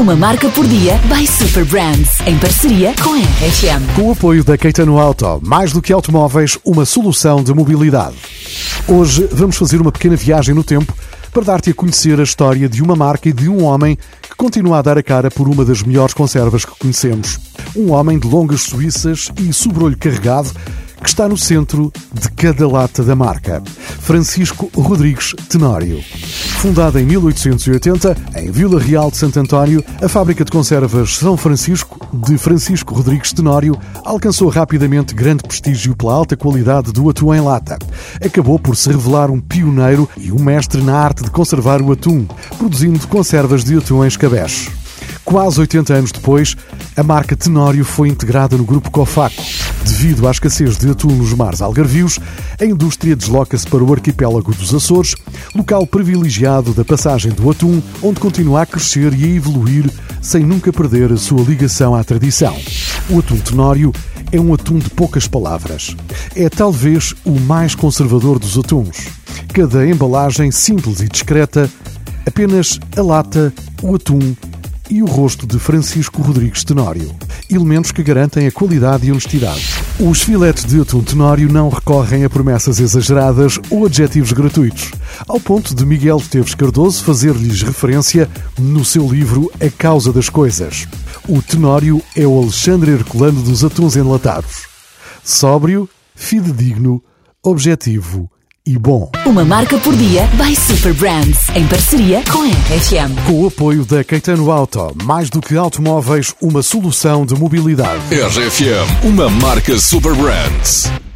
Uma marca por dia by Super Brands, em parceria com a RFM. Com o apoio da Caetano Auto, mais do que automóveis, uma solução de mobilidade. Hoje vamos fazer uma pequena viagem no tempo para dar-te a conhecer a história de uma marca e de um homem que continua a dar a cara por uma das melhores conservas que conhecemos. Um homem de longas suíças e sobrolho carregado que está no centro de cada lata da marca. Francisco Rodrigues Tenório. Fundada em 1880, em Vila Real de Santo António, a fábrica de conservas São Francisco, de Francisco Rodrigues Tenório, alcançou rapidamente grande prestígio pela alta qualidade do atum em lata. Acabou por se revelar um pioneiro e um mestre na arte de conservar o atum, produzindo conservas de atum em escabeche. Quase 80 anos depois, a marca Tenório foi integrada no grupo Cofaco. Devido à escassez de atum nos mares algarvios, a indústria desloca-se para o arquipélago dos Açores, local privilegiado da passagem do atum, onde continua a crescer e a evoluir sem nunca perder a sua ligação à tradição. O atum Tenório é um atum de poucas palavras. É talvez o mais conservador dos atuns. Cada embalagem simples e discreta, apenas a lata, o atum e o rosto de Francisco Rodrigues Tenório. Elementos que garantem a qualidade e honestidade. Os filetes de atum Tenório não recorrem a promessas exageradas ou adjetivos gratuitos, ao ponto de Miguel Esteves Cardoso fazer-lhes referência no seu livro A Causa das Coisas. O Tenório é o Alexandre Herculano dos atuns enlatados. Sóbrio, fidedigno, objetivo e bom. Uma marca por dia by Super Brands, em parceria com a RFM. Com o apoio da Caetano Auto, mais do que automóveis, uma solução de mobilidade. RFM, uma marca Super Brands.